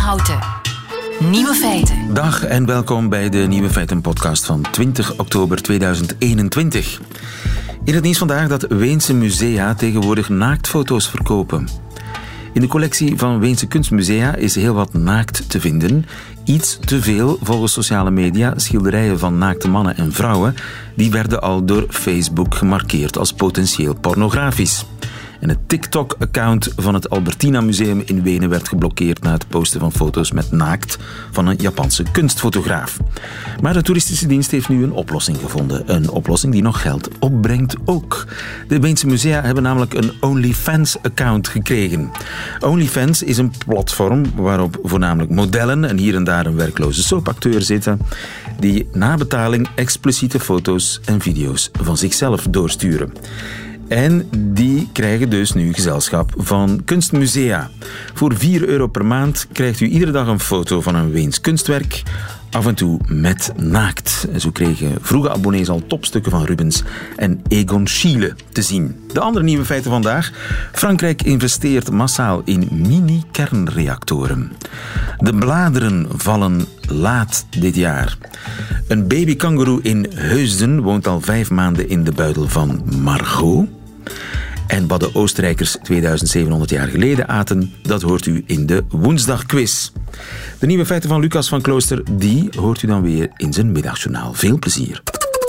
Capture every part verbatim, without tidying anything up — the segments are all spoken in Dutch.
Houten. Nieuwe feiten. Dag en welkom bij de Nieuwe Feiten podcast van twintig oktober tweeduizend eenentwintig. In het nieuws vandaag dat Weense musea tegenwoordig naaktfoto's verkopen. In de collectie van Weense kunstmusea is heel wat naakt te vinden. Iets te veel volgens sociale media. Schilderijen van naakte mannen en vrouwen die werden al door Facebook gemarkeerd als potentieel pornografisch. En het TikTok-account van het Albertina Museum in Wenen werd geblokkeerd na het posten van foto's met naakt van een Japanse kunstfotograaf. Maar de toeristische dienst heeft nu een oplossing gevonden. Een oplossing die nog geld opbrengt ook. De Weense musea hebben namelijk een OnlyFans-account gekregen. OnlyFans is een platform waarop voornamelijk modellen en hier en daar een werkloze soapacteur zitten die na betaling expliciete foto's en video's van zichzelf doorsturen. En die krijgen dus nu gezelschap van kunstmusea. Voor vier euro per maand krijgt u iedere dag een foto van een Weens kunstwerk, af en toe met naakt. En zo kregen vroege abonnees al topstukken van Rubens en Egon Schiele te zien. De andere nieuwe feiten vandaag. Frankrijk investeert massaal in mini-kernreactoren. De bladeren vallen laat dit jaar. Een babykangoeroe in Heusden woont al vijf maanden in de buidel van Margot. En wat de Oostenrijkers tweeduizend zevenhonderd jaar geleden aten, dat hoort u in de woensdagquiz. De nieuwe feiten van Lucas van Klooster, die hoort u dan weer in zijn middagjournaal. Veel plezier.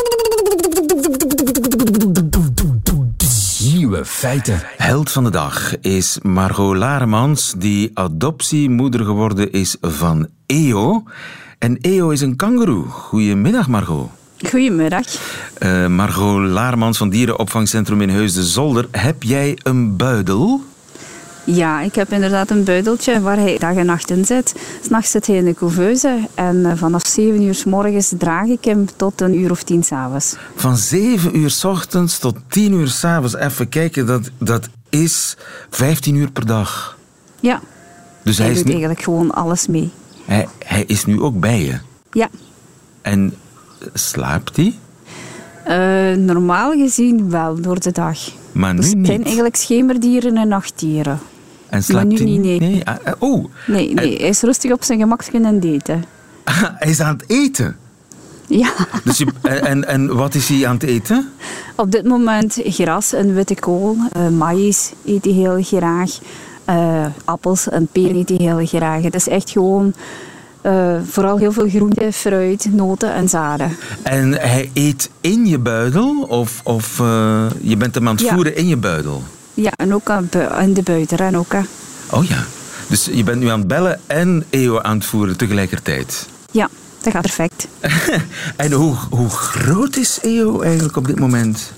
Nieuwe feiten. Held van de dag is Margot Laremans, die adoptiemoeder geworden is van Eo. En Eo is een kangoeroe. Goedemiddag, Margot. Goedemiddag. Uh, Margot Laremans van Dierenopvangcentrum in Heusden-Zolder. Heb jij een buidel? Ja, ik heb inderdaad een buideltje waar hij dag en nacht in zit. 's Nachts zit hij in de couveuse en uh, vanaf zeven uur 's morgens draag ik hem tot een uur of tien 's avonds. Van zeven uur 's ochtends tot tien uur 's avonds. Even kijken, dat, dat is vijftien uur per dag. Ja, dus hij, hij doet is nu, eigenlijk gewoon alles mee. Hij, hij is nu ook bij je? Ja. En slaapt hij? Uh, normaal gezien wel, door de dag. Maar nu dus het niet? zijn eigenlijk schemerdieren en nachtdieren. En slaapt maar nu hij niet, nee. nee? Ah, oh. Nee, nee. En... hij is rustig op zijn gemak aan het eten. Hij is aan het eten? Ja. Dus je, en, en wat is hij aan het eten? Op dit moment gras en witte kool, uh, maïs eet hij heel graag. Uh, appels en peren eet hij heel graag. Het is echt gewoon uh, vooral heel veel groente, fruit, noten en zaden. En hij eet in je buidel? Of, of uh, je bent hem aan het ja. voeren in je buidel? Ja, en ook in de buitenren ook. Hè. Oh ja. Dus je bent nu aan het bellen en Eo aan het voeren tegelijkertijd? Ja, dat gaat perfect. En hoe, hoe groot is Eo eigenlijk op dit moment?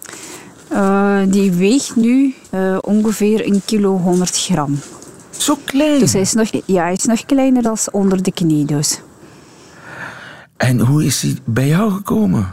Uh, die weegt nu uh, ongeveer een kilo honderd gram. Zo klein? Dus hij is nog, ja, hij is nog kleiner dan onder de knie dus. En hoe is hij bij jou gekomen?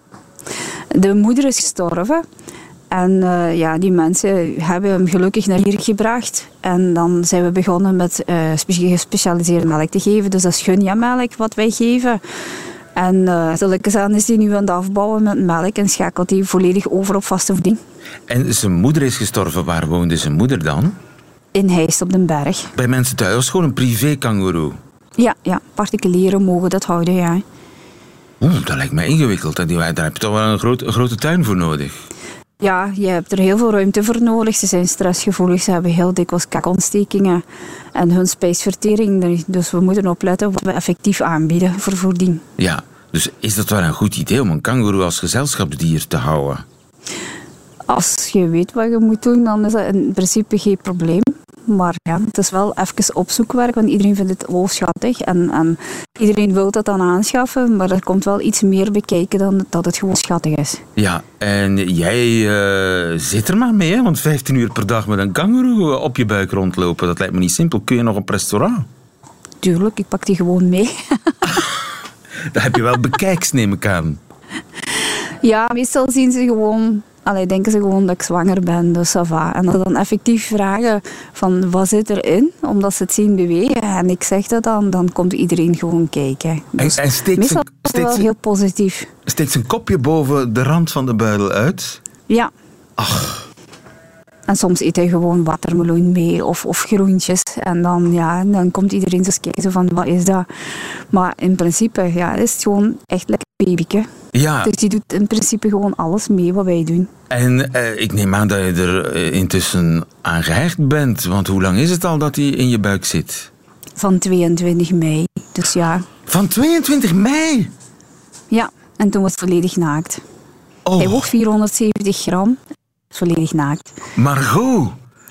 De moeder is gestorven. En uh, ja, die mensen hebben hem gelukkig naar hier gebracht. En dan zijn we begonnen met uh, gespecialiseerde melk te geven. Dus dat is Gunja-melk wat wij geven. En uh, stilletjes aan is hij nu aan het afbouwen met melk en schakelt hij volledig over op vaste voeding. En zijn moeder is gestorven. Waar woonde zijn moeder dan? In Heist op den Berg. Bij mensen thuis? Dat is gewoon een privé-kangoeroe? Ja, ja, particulieren mogen dat houden, ja. Oeh, dat lijkt mij ingewikkeld. Daar heb je toch wel een, groot, een grote tuin voor nodig. Ja, je hebt er heel veel ruimte voor nodig. Ze zijn stressgevoelig, ze hebben heel dikwijls kakontstekingen en hun spijsvertering. Dus we moeten opletten wat we effectief aanbieden voor voeding. Ja, dus is dat wel een goed idee om een kangoeroe als gezelschapsdier te houden? Als je weet wat je moet doen, dan is dat in principe geen probleem. Maar ja, het is wel even opzoekwerk, want iedereen vindt het wel schattig. En, en iedereen wil dat dan aanschaffen, maar er komt wel iets meer bekijken dan dat het gewoon schattig is. Ja, en jij uh, zit er maar mee, hè? Want vijftien uur per dag met een kangoeroe op je buik rondlopen, dat lijkt me niet simpel. Kun je nog op restaurant? Tuurlijk, ik pak die gewoon mee. Daar heb je wel bekijks, neem ik aan. Ja, meestal zien ze gewoon... Allee, denken ze gewoon dat ik zwanger ben, dus ça va. En als ze dan effectief vragen van wat zit erin, omdat ze het zien bewegen, en ik zeg dat dan, dan komt iedereen gewoon kijken. Dus en, en steekt meestal zijn, is het wel steekt heel positief. Steekt zijn kopje boven de rand van de buidel uit? Ja. Ach. En soms eet hij gewoon watermeloen mee of, of groentjes. En dan, ja, dan komt iedereen eens kijken van, wat is dat? Maar in principe ja, is het gewoon echt lekker babyke. Ja. Dus die doet in principe gewoon alles mee wat wij doen. En eh, ik neem aan dat je er eh, intussen aan gehecht bent. Want hoe lang is het al dat hij in je buik zit? Van tweeëntwintig mei. Dus ja. Van tweeëntwintig mei? Ja, en toen was het volledig naakt. Oh. Hij woog vierhonderdzeventig gram. Volledig naakt. Margot,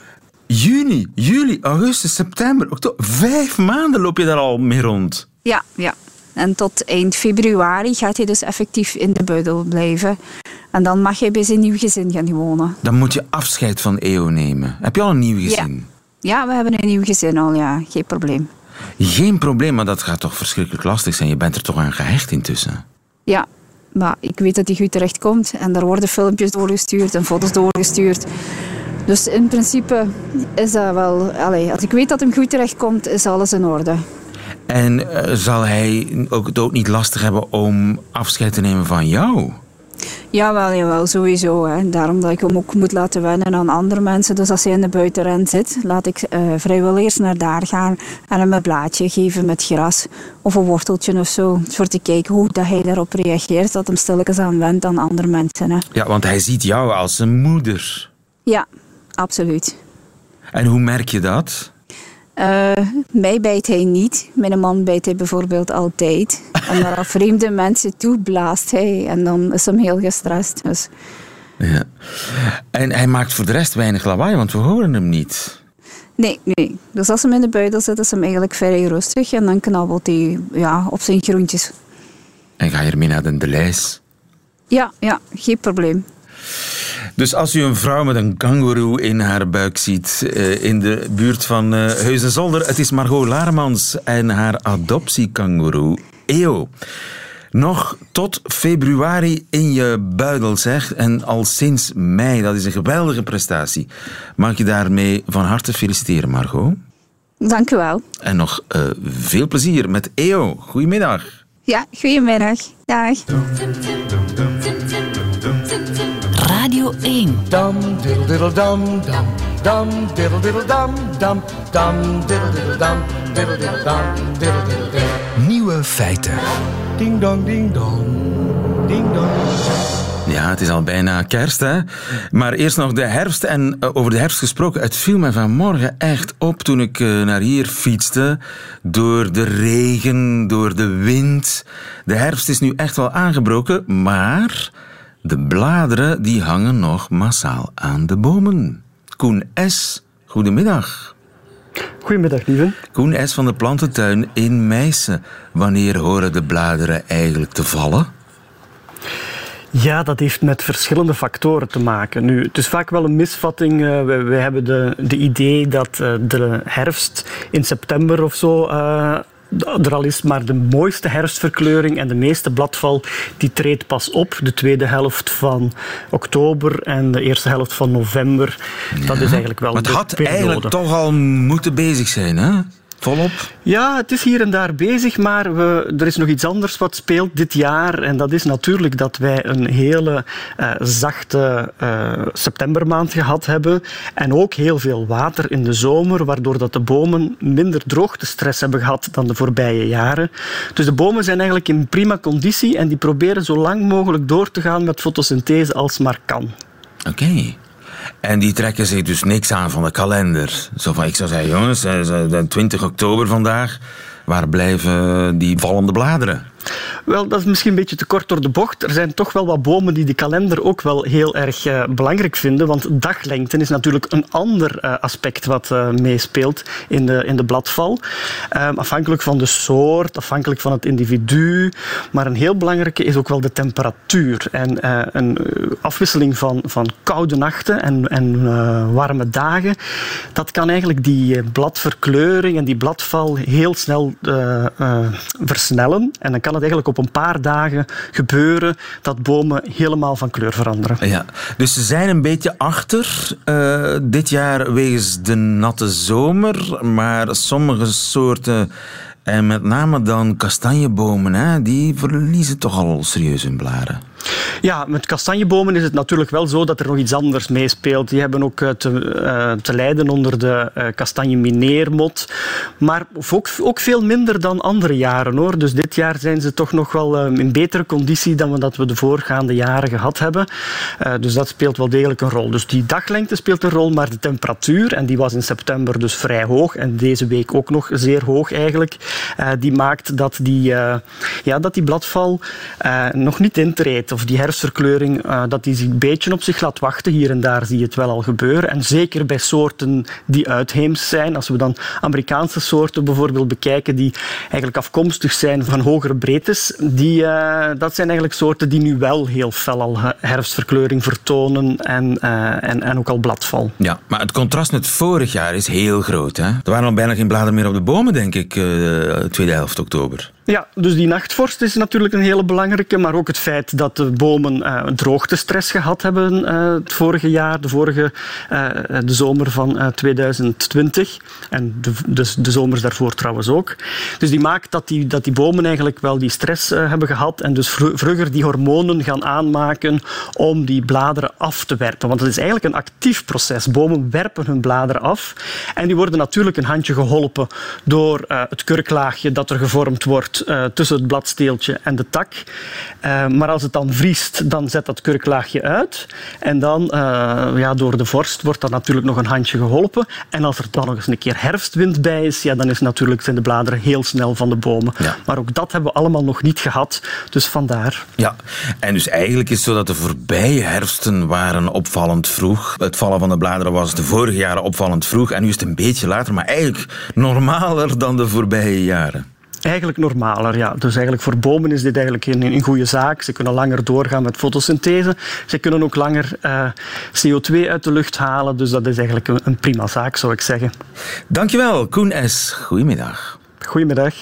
juni, juli, augustus, september, oktober. Vijf maanden loop je daar al mee rond. Ja, ja. En tot eind februari gaat hij dus effectief in de buidel blijven. En dan mag hij bij zijn nieuw gezin gaan wonen. Dan moet je afscheid van E O nemen. Heb je al een nieuw gezin? Ja, ja, we hebben een nieuw gezin al, ja. Geen probleem. Geen probleem, maar dat gaat toch verschrikkelijk lastig zijn. Je bent er toch aan gehecht intussen? Ja, maar ik weet dat hij goed terecht komt. En er worden filmpjes doorgestuurd en foto's doorgestuurd. Dus in principe is dat wel... Allez, als ik weet dat hem goed terecht komt, is alles in orde. En uh, zal hij ook het ook niet lastig hebben om afscheid te nemen van jou? Jawel, jawel, sowieso. Hè. Daarom dat ik hem ook moet laten wennen aan andere mensen. Dus als hij in de buitenrend zit, laat ik uh, vrijwel eerst naar daar gaan en hem een blaadje geven met gras of een worteltje of zo. Voor te kijken hoe dat hij daarop reageert, dat hem stilletjes aan wendt aan andere mensen. Hè. Ja, want hij ziet jou als een moeder. Ja, absoluut. En hoe merk je dat? Uh, mij bijt hij niet. Mijn man bijt hij bijvoorbeeld altijd. En naar vreemde mensen toe blaast hij. En dan is hem heel gestrest. Dus. Ja. En hij maakt voor de rest weinig lawaai, want we horen hem niet. Nee, nee. Dus als hem in de buidel zit, is hem eigenlijk vrij rustig. En dan knabbelt hij ja, op zijn groentjes. En ga je ermee naar de Delijs? Ja, ja, geen probleem. Dus als u een vrouw met een kangoeroe in haar buik ziet uh, in de buurt van uh, Heusden-Zolder, het is Margot Laremans en haar adoptiekangoeroe E O. Nog tot februari in je buidel, zeg. En al sinds mei, dat is een geweldige prestatie. Mag ik je daarmee van harte feliciteren, Margot? Dank u wel. En nog uh, veel plezier met E O. Goedemiddag. Ja, goedemiddag. Dag. Radio één. Dum diddle diddle dum dum dum diddle diddle dum dum dum diddle diddle dum diddle diddle dum diddle diddle dum. Nieuwe feiten. Ding dong ding dong ding dong. Ja, het is al bijna kerst, hè. Maar eerst nog de herfst. En uh, over de herfst gesproken, het viel me vanmorgen echt op toen ik uh, naar hier fietste. Door de regen, door de wind. De herfst is nu echt wel aangebroken, maar de bladeren die hangen nog massaal aan de bomen. Koen S., goedemiddag. Goedemiddag, lieve. Koen S. van de Plantentuin in Meissen. Wanneer horen de bladeren eigenlijk te vallen? Ja, dat heeft met verschillende factoren te maken. Nu, het is vaak wel een misvatting. Uh, wij, wij hebben de, de idee dat uh, de herfst in september of zo uh, er al is, maar de mooiste herfstverkleuring en de meeste bladval die treedt pas op de tweede helft van oktober en de eerste helft van november. Ja, dat is eigenlijk wel maar de het had periode. eigenlijk toch al moeten bezig zijn, hè? Volop? Ja, het is hier en daar bezig, maar we, er is nog iets anders wat speelt dit jaar. En dat is natuurlijk dat wij een hele uh, zachte uh, septembermaand gehad hebben. En ook heel veel water in de zomer, waardoor dat de bomen minder droogtestress hebben gehad dan de voorbije jaren. Dus de bomen zijn eigenlijk in prima conditie en die proberen zo lang mogelijk door te gaan met fotosynthese als maar kan. Oké. Okay. En die trekken zich dus niks aan van de kalender. Zo van, ik zou zeggen, jongens, de twintig oktober vandaag, waar blijven die vallende bladeren? Wel, dat is misschien een beetje te kort door de bocht. Er zijn toch wel wat bomen die de kalender ook wel heel erg uh, belangrijk vinden. Want daglengte is natuurlijk een ander uh, aspect wat uh, meespeelt in de, in de bladval. Uh, afhankelijk van de soort, afhankelijk van het individu. Maar een heel belangrijke is ook wel de temperatuur. En uh, een afwisseling van, van koude nachten en, en uh, warme dagen, dat kan eigenlijk die uh, bladverkleuring en die bladval heel snel uh, uh, versnellen. En dan kan het eigenlijk op een paar dagen gebeuren dat bomen helemaal van kleur veranderen. Ja, dus ze zijn een beetje achter uh, dit jaar wegens de natte zomer, maar sommige soorten, en met name dan kastanjebomen, hè, die verliezen toch al serieus hun blaren. Ja, met kastanjebomen is het natuurlijk wel zo dat er nog iets anders meespeelt. Die hebben ook te, uh, te lijden onder de uh, kastanje-mineermot. Maar ook, ook veel minder dan andere jaren, hoor. Dus dit jaar zijn ze toch nog wel uh, in betere conditie dan we dat we de voorgaande jaren gehad hebben. Uh, dus dat speelt wel degelijk een rol. Dus die daglengte speelt een rol, maar de temperatuur, en die was in september dus vrij hoog en deze week ook nog zeer hoog eigenlijk, uh, die maakt dat die, uh, ja, dat die bladval uh, nog niet intreedt. Of die herfstverkleuring, uh, dat die een beetje op zich laat wachten. Hier en daar zie je het wel al gebeuren. En zeker bij soorten die uitheems zijn. Als we dan Amerikaanse soorten bijvoorbeeld bekijken die eigenlijk afkomstig zijn van hogere breedtes, die, uh, dat zijn eigenlijk soorten die nu wel heel fel al herfstverkleuring vertonen en, uh, en, en ook al bladval. Ja, maar het contrast met vorig jaar is heel groot, hè? Er waren al bijna geen bladeren meer op de bomen, denk ik, uh, tweede helft oktober. Ja, dus die nachtvorst is natuurlijk een hele belangrijke, maar ook het feit dat de bomen uh, droogtestress gehad hebben uh, het vorige jaar, de vorige uh, de zomer van uh, tweeduizend twintig en de, de, de zomers daarvoor trouwens ook. Dus die maakt dat die, dat die bomen eigenlijk wel die stress uh, hebben gehad en dus vr- vroeger die hormonen gaan aanmaken om die bladeren af te werpen. Want het is eigenlijk een actief proces. Bomen werpen hun bladeren af en die worden natuurlijk een handje geholpen door uh, het kurklaagje dat er gevormd wordt Uh, tussen het bladsteeltje en de tak. Uh, maar als het dan vriest, dan zet dat kurklaagje uit. En dan, uh, ja, door de vorst, wordt dat natuurlijk nog een handje geholpen. En als er dan nog eens een keer herfstwind bij is, ja, dan is natuurlijk, zijn de bladeren heel snel van de bomen. Ja. Maar ook dat hebben we allemaal nog niet gehad. Dus vandaar. Ja, en dus eigenlijk is het zo dat de voorbije herfsten waren opvallend vroeg. Het vallen van de bladeren was de vorige jaren opvallend vroeg. En nu is het een beetje later, maar eigenlijk normaler dan de voorbije jaren. Eigenlijk normaler, ja. Dus eigenlijk voor bomen is dit eigenlijk een, een goede zaak. Ze kunnen langer doorgaan met fotosynthese. Ze kunnen ook langer uh, C O twee uit de lucht halen. Dus dat is eigenlijk een, een prima zaak, zou ik zeggen. Dankjewel, Koen S. Goedemiddag. Goedemiddag.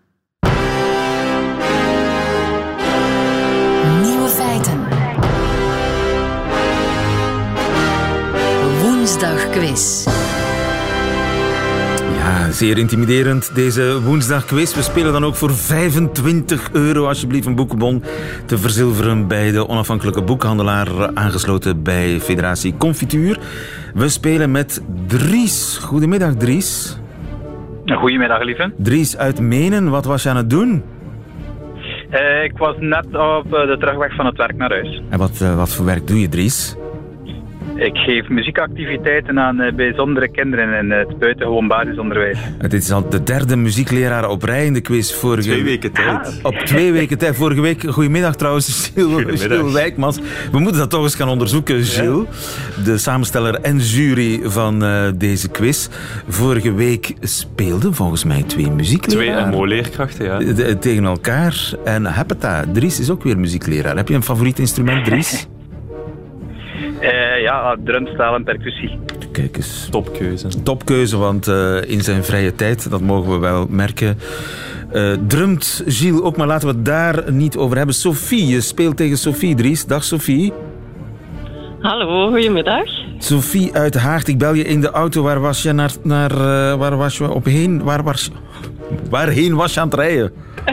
Nieuwe feiten. Woensdagquiz. Ja, zeer intimiderend, deze woensdagquiz. We spelen dan ook voor vijfentwintig euro, alsjeblieft, een boekenbon te verzilveren bij de onafhankelijke boekhandelaar aangesloten bij Federatie Confituur. We spelen met Dries. Goedemiddag, Dries. Goedemiddag, lieve. Dries uit Menen, wat was je aan het doen? Uh, ik was net op de terugweg van het werk naar huis. En wat, uh, wat voor werk doe je, Dries? Ik geef muziekactiviteiten aan uh, bijzondere kinderen in het buitengewoon basisonderwijs. Het is al de derde muziekleraar op rij in de quiz. Vorige... Twee weken tijd. Op twee weken tijd. Vorige week, goedemiddag trouwens, Gilles, Gilles Wijkmans. We moeten dat toch eens gaan onderzoeken, Gilles. Ja. De samensteller en jury van uh, deze quiz. Vorige week speelden volgens mij twee muziekleraren. Twee M O-leerkrachten, ja. De, de, tegen elkaar. En Hepeta, Dries is ook weer muziekleraar. Heb je een favoriet instrument, Dries? Uh, ja, drumstijl en percussie. Kijk eens. Topkeuze. Topkeuze, want uh, in zijn vrije tijd, dat mogen we wel merken, uh, drumt Gilles ook, maar laten we het daar niet over hebben. Sophie, je speelt tegen Sophie, Dries. Dag Sophie. Hallo, goedemiddag. Sophie uit Haagt, ik bel je in de auto. Waar was je naar, naar uh, waar was je op heen? Waar was, waarheen was je aan het rijden?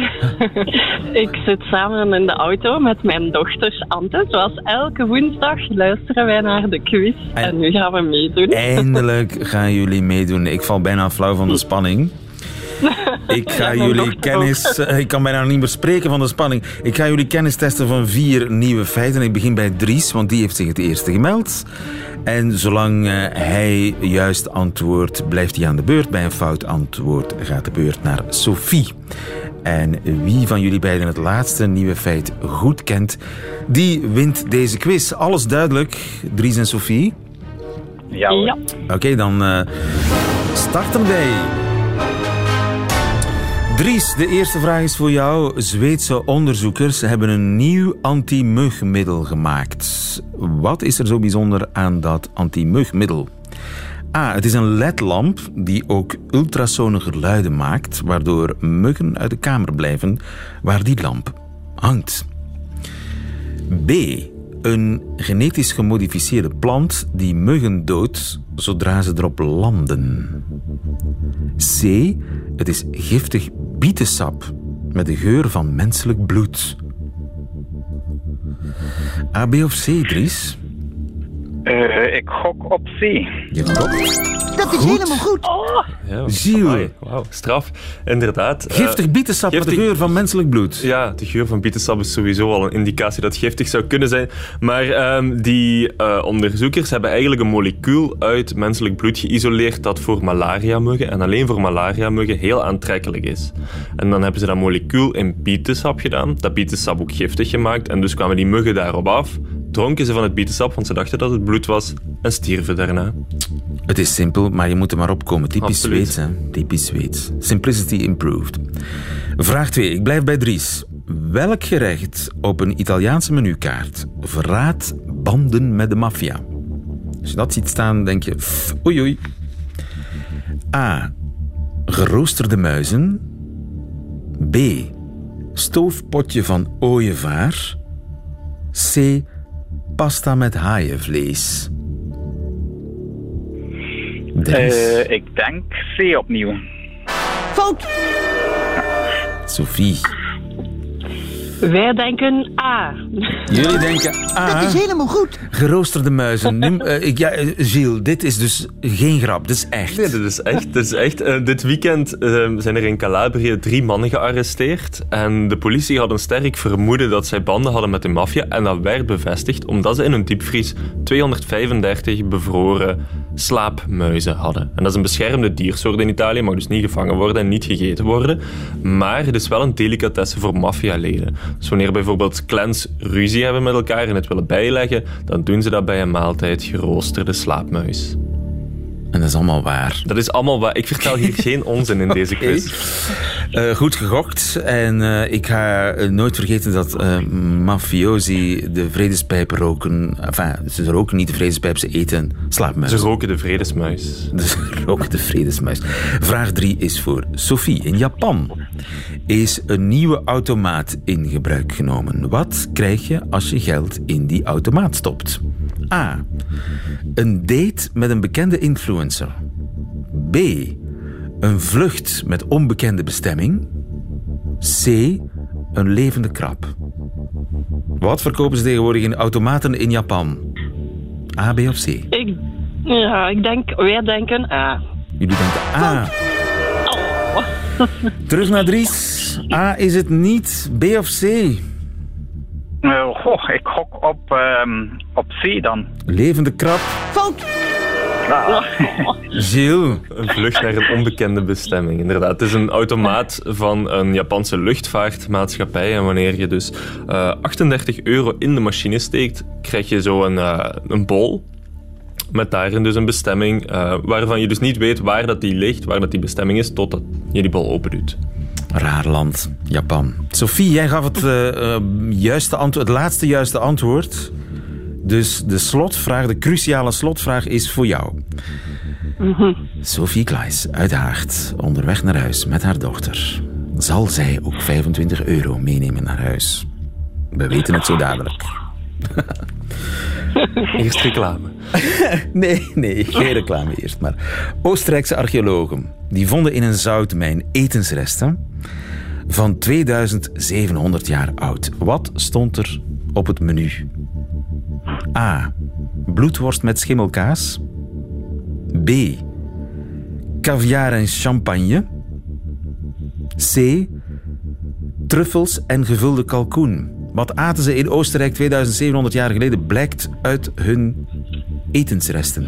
Ik zit samen in de auto met mijn dochter Ante. Zoals elke woensdag luisteren wij naar de quiz. En, en nu gaan we meedoen. Eindelijk gaan jullie meedoen. Ik val bijna flauw van de spanning. Ik ga jullie kennis... Ik kan bijna niet meer spreken van de spanning. Ik ga jullie kennis testen van vier nieuwe feiten. Ik begin bij Dries, want die heeft zich het eerste gemeld. En zolang uh, hij juist antwoordt, blijft hij aan de beurt. Bij een fout antwoord gaat de beurt naar Sophie. En wie van jullie beiden het laatste nieuwe feit goed kent, die wint deze quiz. Alles duidelijk, Dries en Sophie? Ja. ja. Oké, okay, dan uh, starten wij. Dries, de eerste vraag is voor jou. Zweedse onderzoekers hebben een nieuw anti-mugmiddel gemaakt. Wat is er zo bijzonder aan dat anti-mugmiddel? A. Het is een L E D-lamp die ook ultrasone geluiden maakt, waardoor muggen uit de kamer blijven waar die lamp hangt. B. Een genetisch gemodificeerde plant die muggen doodt zodra ze erop landen. C. Het is giftig bietensap met de geur van menselijk bloed. A, B of C, Dries? Uh, ik gok op C. Je gokt. Dat is goed. helemaal goed. Oh, Ja, Gilles. Wauw, straf. Inderdaad. Giftig Uh, bietensap met de giftig- geur van menselijk bloed. Ja, de geur van bietensap is sowieso al een indicatie dat het giftig zou kunnen zijn. Maar um, die uh, onderzoekers hebben eigenlijk een molecuul uit menselijk bloed geïsoleerd dat voor malaria-muggen, en alleen voor malaria-muggen, heel aantrekkelijk is. En dan hebben ze dat molecuul in bietensap gedaan, dat bietensap ook giftig gemaakt, en dus kwamen die muggen daarop af, dronken ze van het bietensap, want ze dachten dat het bloed was, en stierven daarna. Het is simpel, maar je moet er maar opkomen. Typisch Absoluut. Zweeds, hè? Typisch Zweeds. Simplicity improved. Vraag twee. Ik blijf bij Dries. Welk gerecht op een Italiaanse menukaart verraadt banden met de maffia? Als je dat ziet staan, denk je... pff, oei oei. A. Geroosterde muizen. B. Stoofpotje van ooievaar. C. Pasta met haaienvlees. Dries. Uh, ik denk C opnieuw. Fout. Sophie. wij denken A. Jullie denken A. Dat is helemaal goed. Geroosterde muizen. Nu, uh, ik, ja, uh, Gilles, dit is dus geen grap. Dit is echt. Nee, dit is echt. Dit, is echt. Uh, dit weekend uh, zijn er in Calabrië drie mannen gearresteerd. En de politie had een sterk vermoeden dat zij banden hadden met de maffia. En dat werd bevestigd omdat ze in hun diepvries tweehonderdvijfendertig bevroren slaapmuizen hadden. En dat is een beschermde diersoort in Italië, mag dus niet gevangen worden en niet gegeten worden. Maar het is wel een delicatesse voor maffialeden. Dus wanneer bijvoorbeeld clans ruzie hebben met elkaar en het willen bijleggen, dan doen ze dat bij een maaltijd geroosterde slaapmuis. En dat is allemaal waar. Dat is allemaal waar. Ik vertel hier geen onzin in deze quiz. Uh, goed gegokt. En uh, ik ga uh, nooit vergeten dat uh, mafiosi de vredespijp roken. Enfin, ze roken niet de vredespijp, ze eten slaapmuis. Ze roken de vredesmuis. Ze roken de vredesmuis. Vraag drie is voor Sophie. In Japan is een nieuwe automaat in gebruik genomen. Wat krijg je als je geld in die automaat stopt? A. Een date met een bekende influencer. B. Een vlucht met onbekende bestemming. C. Een levende krab. Wat verkopen ze tegenwoordig in automaten in Japan? A, B of C? Ik, ja, ik denk, wij denken A. Jullie denken A. Terug naar Dries. A is het niet. B of C? Uh, goh, ik gok op, um, op C dan. Levende krab. Fout. Ah. Gilles. Een vlucht naar een onbekende bestemming, inderdaad. Het is een automaat van een Japanse luchtvaartmaatschappij. En wanneer je dus uh, achtendertig euro in de machine steekt, krijg je zo een, uh, een bol. Met daarin dus een bestemming uh, waarvan je dus niet weet waar dat die ligt, waar dat die bestemming is, totdat je die bol open doet. Raar land, Japan. Sophie, jij gaf het, uh, uh, juiste antwoord, het laatste juiste antwoord. Dus de slotvraag, de cruciale slotvraag is voor jou. Mm-hmm. Sophie Kleijs uit Haagt, onderweg naar huis met haar dochter. Zal zij ook vijfentwintig euro meenemen naar huis? We weten het zo dadelijk. Eerst reclame. Nee, nee, geen reclame eerst maar. Oostenrijkse archeologen die vonden in een zoutmijn etensresten van tweeduizend zevenhonderd jaar oud. Wat stond er op het menu? A. Bloedworst met schimmelkaas. B. Caviar en champagne. C. Truffels en gevulde kalkoen. Wat aten ze in Oostenrijk tweeduizend zevenhonderd jaar geleden blijkt uit hun etensresten.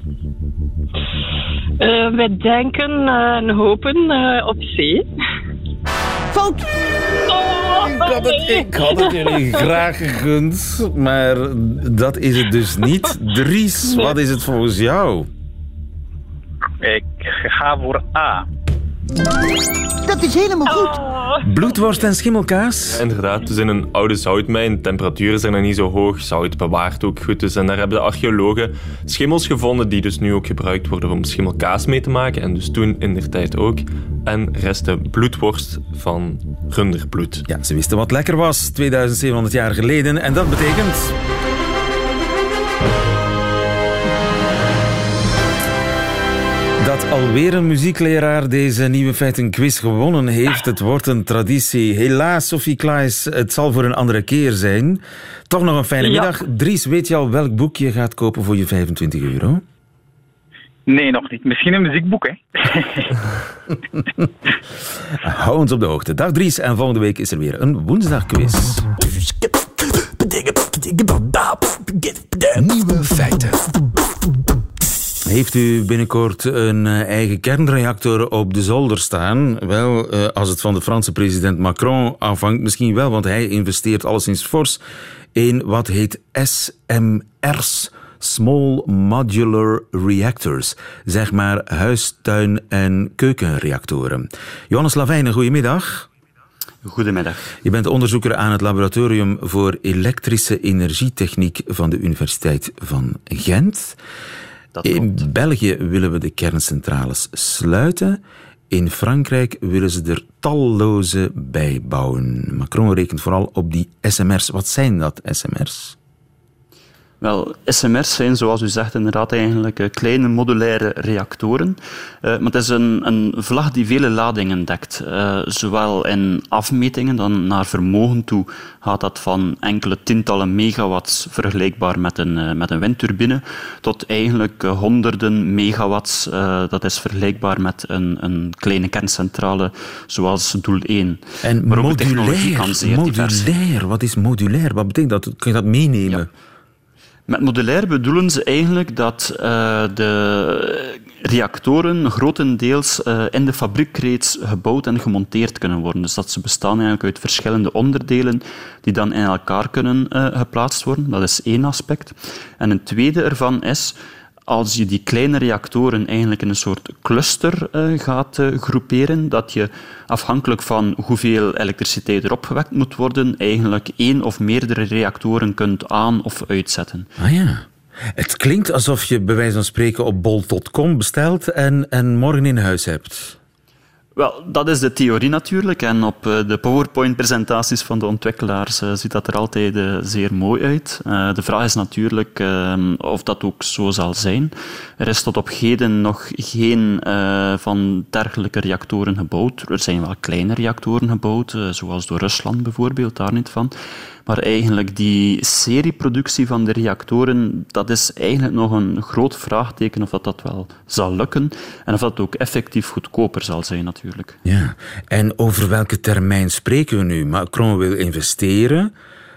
Uh, wij denken uh, en hopen uh, op C. Fout. Oh, Ik had, het, ik had het jullie graag gegund, maar dat is het dus niet. Dries, wat is het volgens jou? Ik ga voor A. Dat is helemaal goed. Bloedworst en schimmelkaas? Inderdaad, dus in een oude zoutmijn, temperaturen zijn er niet zo hoog, zout bewaart ook goed. Dus en daar hebben de archeologen schimmels gevonden die dus nu ook gebruikt worden om schimmelkaas mee te maken. En dus toen in der tijd ook. En resten bloedworst van runderbloed. Ja, ze wisten wat lekker was tweeduizend zevenhonderd jaar geleden. En dat betekent... dat alweer een muziekleraar deze Nieuwe Feiten quiz gewonnen heeft. Het wordt een traditie. Helaas, Sophie Klaes, het zal voor een andere keer zijn. Toch nog een fijne Ja. middag. Dries, weet je al welk boek je gaat kopen voor je vijfentwintig euro? Nee, nog niet. Misschien een muziekboek, hè. Hou ons op de hoogte. Dag Dries, en volgende week is er weer een woensdagquiz. Nieuwe feiten. Heeft u binnenkort een uh, eigen kernreactor op de zolder staan? Wel, uh, als het van de Franse president Macron afhangt, misschien wel, want hij investeert alleszins fors in wat heet S M R's, Small Modular Reactors. Zeg maar huis-, tuin- en keukenreactoren. Johannes Lavijnen, goedemiddag. Goedemiddag. Je bent onderzoeker aan het Laboratorium voor Elektrische Energietechniek van de Universiteit van Gent. In België willen we de kerncentrales sluiten. In Frankrijk willen ze er talloze bijbouwen. Macron rekent vooral op die S M R's. Wat zijn dat, S M R's? Wel, S M R's zijn, zoals u zegt, inderdaad eigenlijk uh, kleine modulaire reactoren. Uh, maar het is een, een vlag die vele ladingen dekt. Uh, zowel in afmetingen, dan naar vermogen toe gaat dat van enkele tientallen megawatts, vergelijkbaar met een, uh, met een windturbine, tot eigenlijk uh, honderden megawatts. Uh, dat is vergelijkbaar met een, een kleine kerncentrale, zoals Doel één. En maar ook modulair, de technologie kan zeer divers zijn. modulair, wat is modulair? Wat betekent dat? Kun je dat meenemen? Ja. Met modulair bedoelen ze eigenlijk dat uh, de reactoren grotendeels uh, in de fabriek reeds gebouwd en gemonteerd kunnen worden. Dus dat ze bestaan eigenlijk uit verschillende onderdelen die dan in elkaar kunnen uh, geplaatst worden. Dat is één aspect. En een tweede ervan is, als je die kleine reactoren eigenlijk in een soort cluster uh, gaat uh, groeperen, dat je afhankelijk van hoeveel elektriciteit er opgewekt moet worden, eigenlijk één of meerdere reactoren kunt aan- of uitzetten. Ah ja. Het klinkt alsof je bij wijze van spreken op bol punt com bestelt en, en morgen in huis hebt. Wel, dat is de theorie natuurlijk. En op de PowerPoint-presentaties van de ontwikkelaars uh, ziet dat er altijd uh, zeer mooi uit. Uh, de vraag is natuurlijk uh, of dat ook zo zal zijn. Er is tot op heden nog geen uh, van dergelijke reactoren gebouwd. Er zijn wel kleine reactoren gebouwd, uh, zoals door Rusland bijvoorbeeld, daar niet van. Maar eigenlijk die serieproductie van de reactoren, dat is eigenlijk nog een groot vraagteken of dat, dat wel zal lukken en of dat ook effectief goedkoper zal zijn natuurlijk. Ja, en over welke termijn spreken we nu? Macron wil investeren.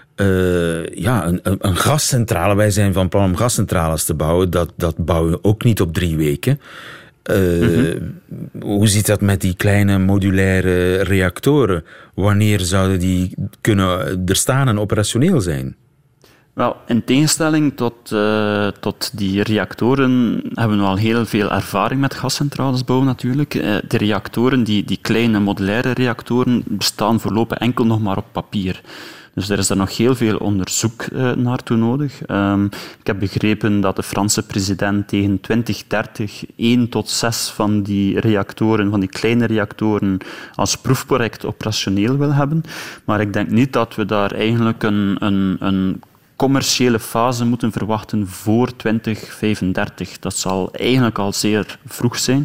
Uh, ja, een, een, een gascentrale, wij zijn van plan om gascentrales te bouwen, dat, dat bouwen we ook niet op drie weken. Uh, mm-hmm. Hoe zit dat met die kleine modulaire reactoren? Wanneer zouden die kunnen er staan en operationeel zijn? Wel, in tegenstelling tot, uh, tot die reactoren hebben we al heel veel ervaring met gascentrales bouwen natuurlijk. Uh, de reactoren, die, die kleine modulaire reactoren, bestaan voorlopig enkel nog maar op papier. Dus er is daar nog heel veel onderzoek uh, naartoe nodig. Um, ik heb begrepen dat de Franse president tegen twintig dertig één tot zes van die reactoren, van die kleine reactoren, als proefproject operationeel wil hebben. Maar ik denk niet dat we daar eigenlijk een, een, een commerciële fase moeten verwachten voor twintig vijfendertig. Dat zal eigenlijk al zeer vroeg zijn,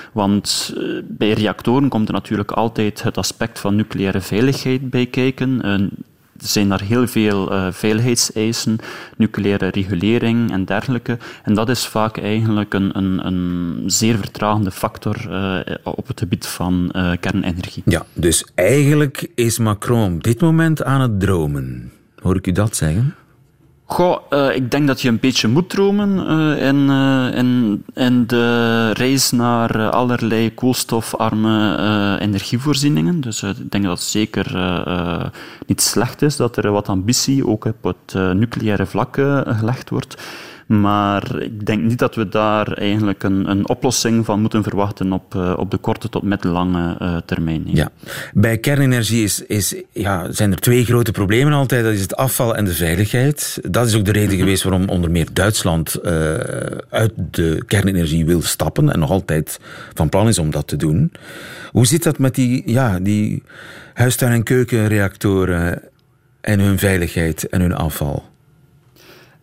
want uh, bij reactoren komt er natuurlijk altijd het aspect van nucleaire veiligheid bij kijken. Uh, Er zijn daar heel veel uh, veiligheidseisen, nucleaire regulering en dergelijke. En dat is vaak eigenlijk een, een, een zeer vertragende factor uh, op het gebied van uh, kernenergie. Ja, dus eigenlijk is Macron op dit moment aan het dromen. Hoor ik u dat zeggen? Goh, uh, ik denk dat je een beetje moet dromen uh, in, uh, in, in de reis naar uh, allerlei koolstofarme uh, energievoorzieningen. Dus uh, ik denk dat het zeker uh, uh, niet slecht is dat er wat ambitie ook op het uh, nucleaire vlak uh, gelegd wordt. Maar ik denk niet dat we daar eigenlijk een, een oplossing van moeten verwachten op, uh, op de korte tot middellange uh, termijn. Nee. Ja. Bij kernenergie is, is, ja, zijn er twee grote problemen altijd. Dat is het afval en de veiligheid. Dat is ook de reden geweest waarom onder meer Duitsland uh, uit de kernenergie wil stappen en nog altijd van plan is om dat te doen. Hoe zit dat met die, ja, die huistuin- en keukenreactoren en hun veiligheid en hun afval?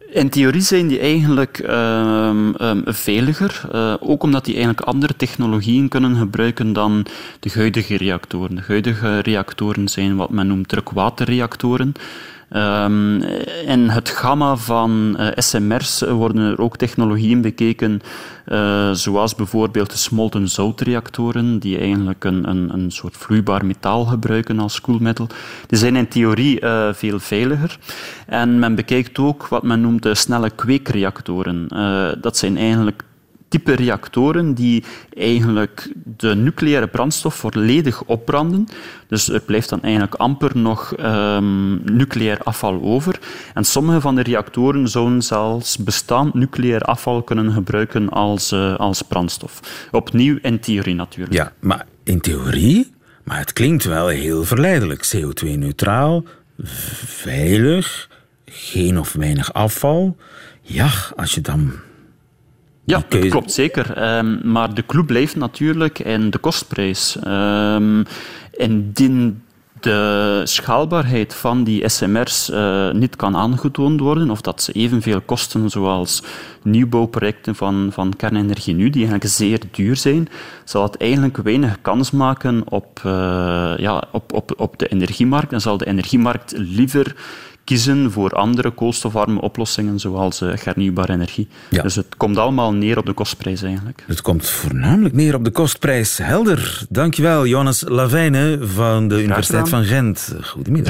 In theorie zijn die eigenlijk um, um, veiliger, uh, ook omdat die eigenlijk andere technologieën kunnen gebruiken dan de huidige reactoren. De huidige reactoren zijn wat men noemt drukwaterreactoren. Um, in het gamma van uh, S M R's worden er ook technologieën bekeken, uh, zoals bijvoorbeeld de smolten zoutreactoren, die eigenlijk een, een, een soort vloeibaar metaal gebruiken als koelmiddel. Die zijn in theorie uh, veel veiliger. En men bekijkt ook wat men noemt de snelle kweekreactoren. Uh, dat zijn eigenlijk type reactoren die eigenlijk de nucleaire brandstof volledig opbranden. Dus er blijft dan eigenlijk amper nog um, nucleair afval over. En sommige van de reactoren zouden zelfs bestaand nucleair afval kunnen gebruiken als, uh, als brandstof. Opnieuw in theorie natuurlijk. Ja, maar in theorie? Maar het klinkt wel heel verleidelijk. C O twee neutraal, veilig, geen of weinig afval. Ja, als je dan... Ja, dat klopt zeker. Um, maar de clue blijft natuurlijk in de kostprijs. Um, indien de schaalbaarheid van die S M R's uh, niet kan aangetoond worden, of dat ze evenveel kosten zoals nieuwbouwprojecten van, van kernenergie nu, die eigenlijk zeer duur zijn, zal het eigenlijk weinig kans maken op, uh, ja, op, op, op de energiemarkt. En zal de energiemarkt liever kiezen voor andere koolstofarme oplossingen, zoals uh, hernieuwbare energie. Ja. Dus het komt allemaal neer op de kostprijs eigenlijk. Het komt voornamelijk neer op de kostprijs. Helder. Dankjewel, Jonas Lavijne van de Universiteit van Gent. Goedemiddag.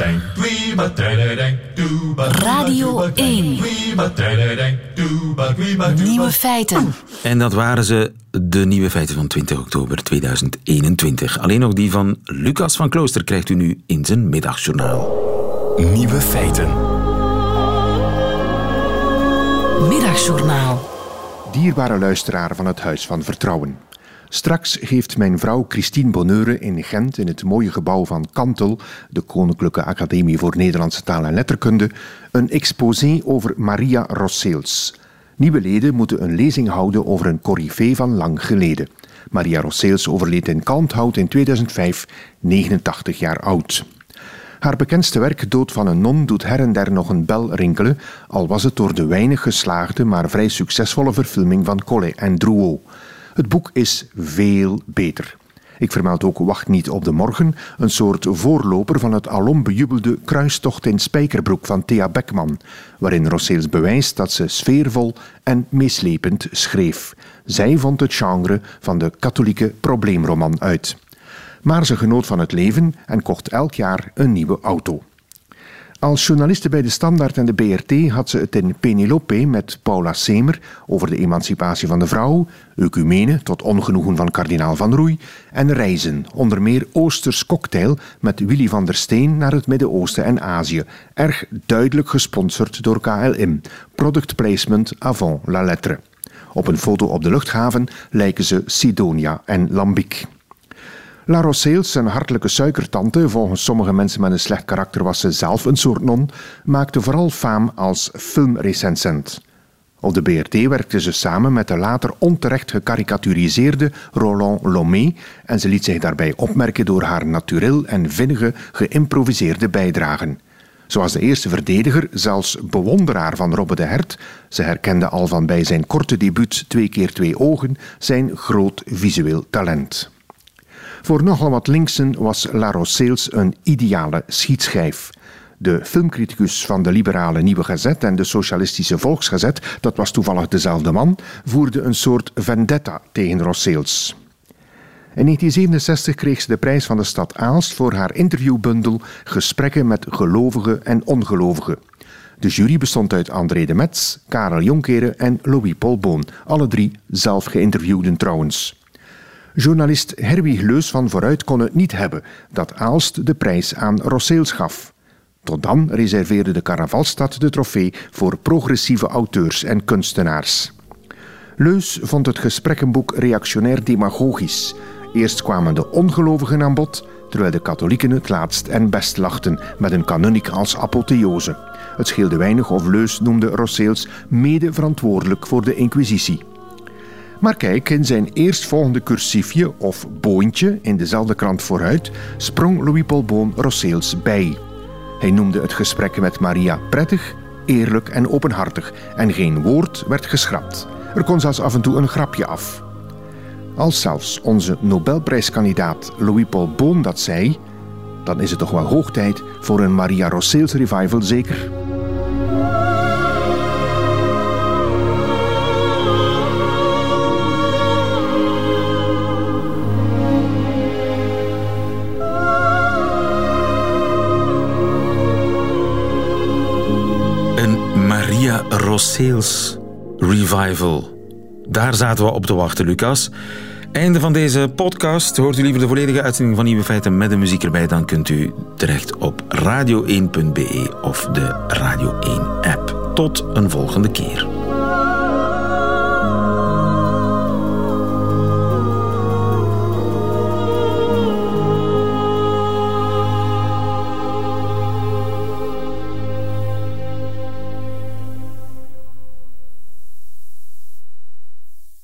Radio één. Nieuwe feiten. En dat waren ze, de nieuwe feiten van twintig oktober tweeduizend eenentwintig. Alleen nog die van Lucas van Klooster krijgt u nu in zijn middagjournaal. Nieuwe feiten. Middagjournaal. Dierbare luisteraar van het Huis van Vertrouwen. Straks geeft mijn vrouw Christine Bonneure in Gent, in het mooie gebouw van Kantel, de Koninklijke Academie voor Nederlandse Taal en Letterkunde, een exposé over Maria Rosseels. Nieuwe leden moeten een lezing houden over een coryfee van lang geleden. Maria Rosseels overleed in Kalmthout in tweeduizend vijf, negenentachtig jaar oud. Haar bekendste werk, Dood van een non, doet her en der nog een bel rinkelen, al was het door de weinig geslaagde, maar vrij succesvolle verfilming van Collet en Drouot. Het boek is veel beter. Ik vermeld ook Wacht niet op de morgen, een soort voorloper van het alom bejubelde Kruistocht in Spijkerbroek van Thea Beckman, waarin Rosseels bewijst dat ze sfeervol en meeslepend schreef. Zij vond het genre van de katholieke probleemroman uit. Maar ze genoot van het leven en kocht elk jaar een nieuwe auto. Als journaliste bij De Standaard en de B R T had ze het in Penelope met Paula Semer over de emancipatie van de vrouw, ecumene tot ongenoegen van kardinaal Van Roey en reizen, onder meer Oosters cocktail met Willy van der Steen naar het Midden-Oosten en Azië, erg duidelijk gesponsord door K L M, product placement avant la lettre. Op een foto op de luchthaven lijken ze Sidonia en Lambic. La Rosseels, een hartelijke suikertante, volgens sommige mensen met een slecht karakter was ze zelf een soort non, maakte vooral faam als filmrecensent. Op de B R T werkte ze samen met de later onterecht gekarikaturiseerde Roland Lomé en ze liet zich daarbij opmerken door haar naturel en vinnige geïmproviseerde bijdragen. Zoals de eerste verdediger, zelfs bewonderaar van Robbe de Hert, ze herkende al van bij zijn korte debuut Twee keer twee ogen zijn groot visueel talent. Voor nogal wat linksen was La Rosseels een ideale schietschijf. De filmcriticus van de liberale Nieuwe Gazet en de socialistische Volksgazet, dat was toevallig dezelfde man, voerde een soort vendetta tegen Rosseels. In negentien zevenenzestig kreeg ze de prijs van de stad Aalst voor haar interviewbundel Gesprekken met gelovigen en ongelovigen. De jury bestond uit André de Metz, Karel Jonkeren en Louis Paul Boon, alle drie zelf geïnterviewden trouwens. Journalist Herwig Leus van Vooruit kon het niet hebben dat Aalst de prijs aan Rosseels gaf. Tot dan reserveerde de carnavalstad de trofee voor progressieve auteurs en kunstenaars. Leus vond het gesprekkenboek reactionair demagogisch. Eerst kwamen de ongelovigen aan bod, terwijl de katholieken het laatst en best lachten met een kanunnik als apotheose. Het scheelde weinig of Leus noemde Rosseels mede verantwoordelijk voor de inquisitie. Maar kijk, in zijn eerstvolgende cursiefje of boontje in dezelfde krant Vooruit sprong Louis Paul Boon Rosseels bij. Hij noemde het gesprek met Maria prettig eerlijk en openhartig en geen woord werd geschrapt. Er kon zelfs af en toe een grapje af. Als zelfs onze Nobelprijskandidaat Louis-Paul Boon dat zei, dan is het toch wel hoog tijd voor een Maria Rosseels revival, zeker? Een Maria Rosseels revival. Daar zaten we op te wachten, Lucas. Einde van deze podcast. Hoort u liever de volledige uitzending van Nieuwe Feiten met de muziek erbij, dan kunt u terecht op radio één punt be of de Radio één app. Tot een volgende keer.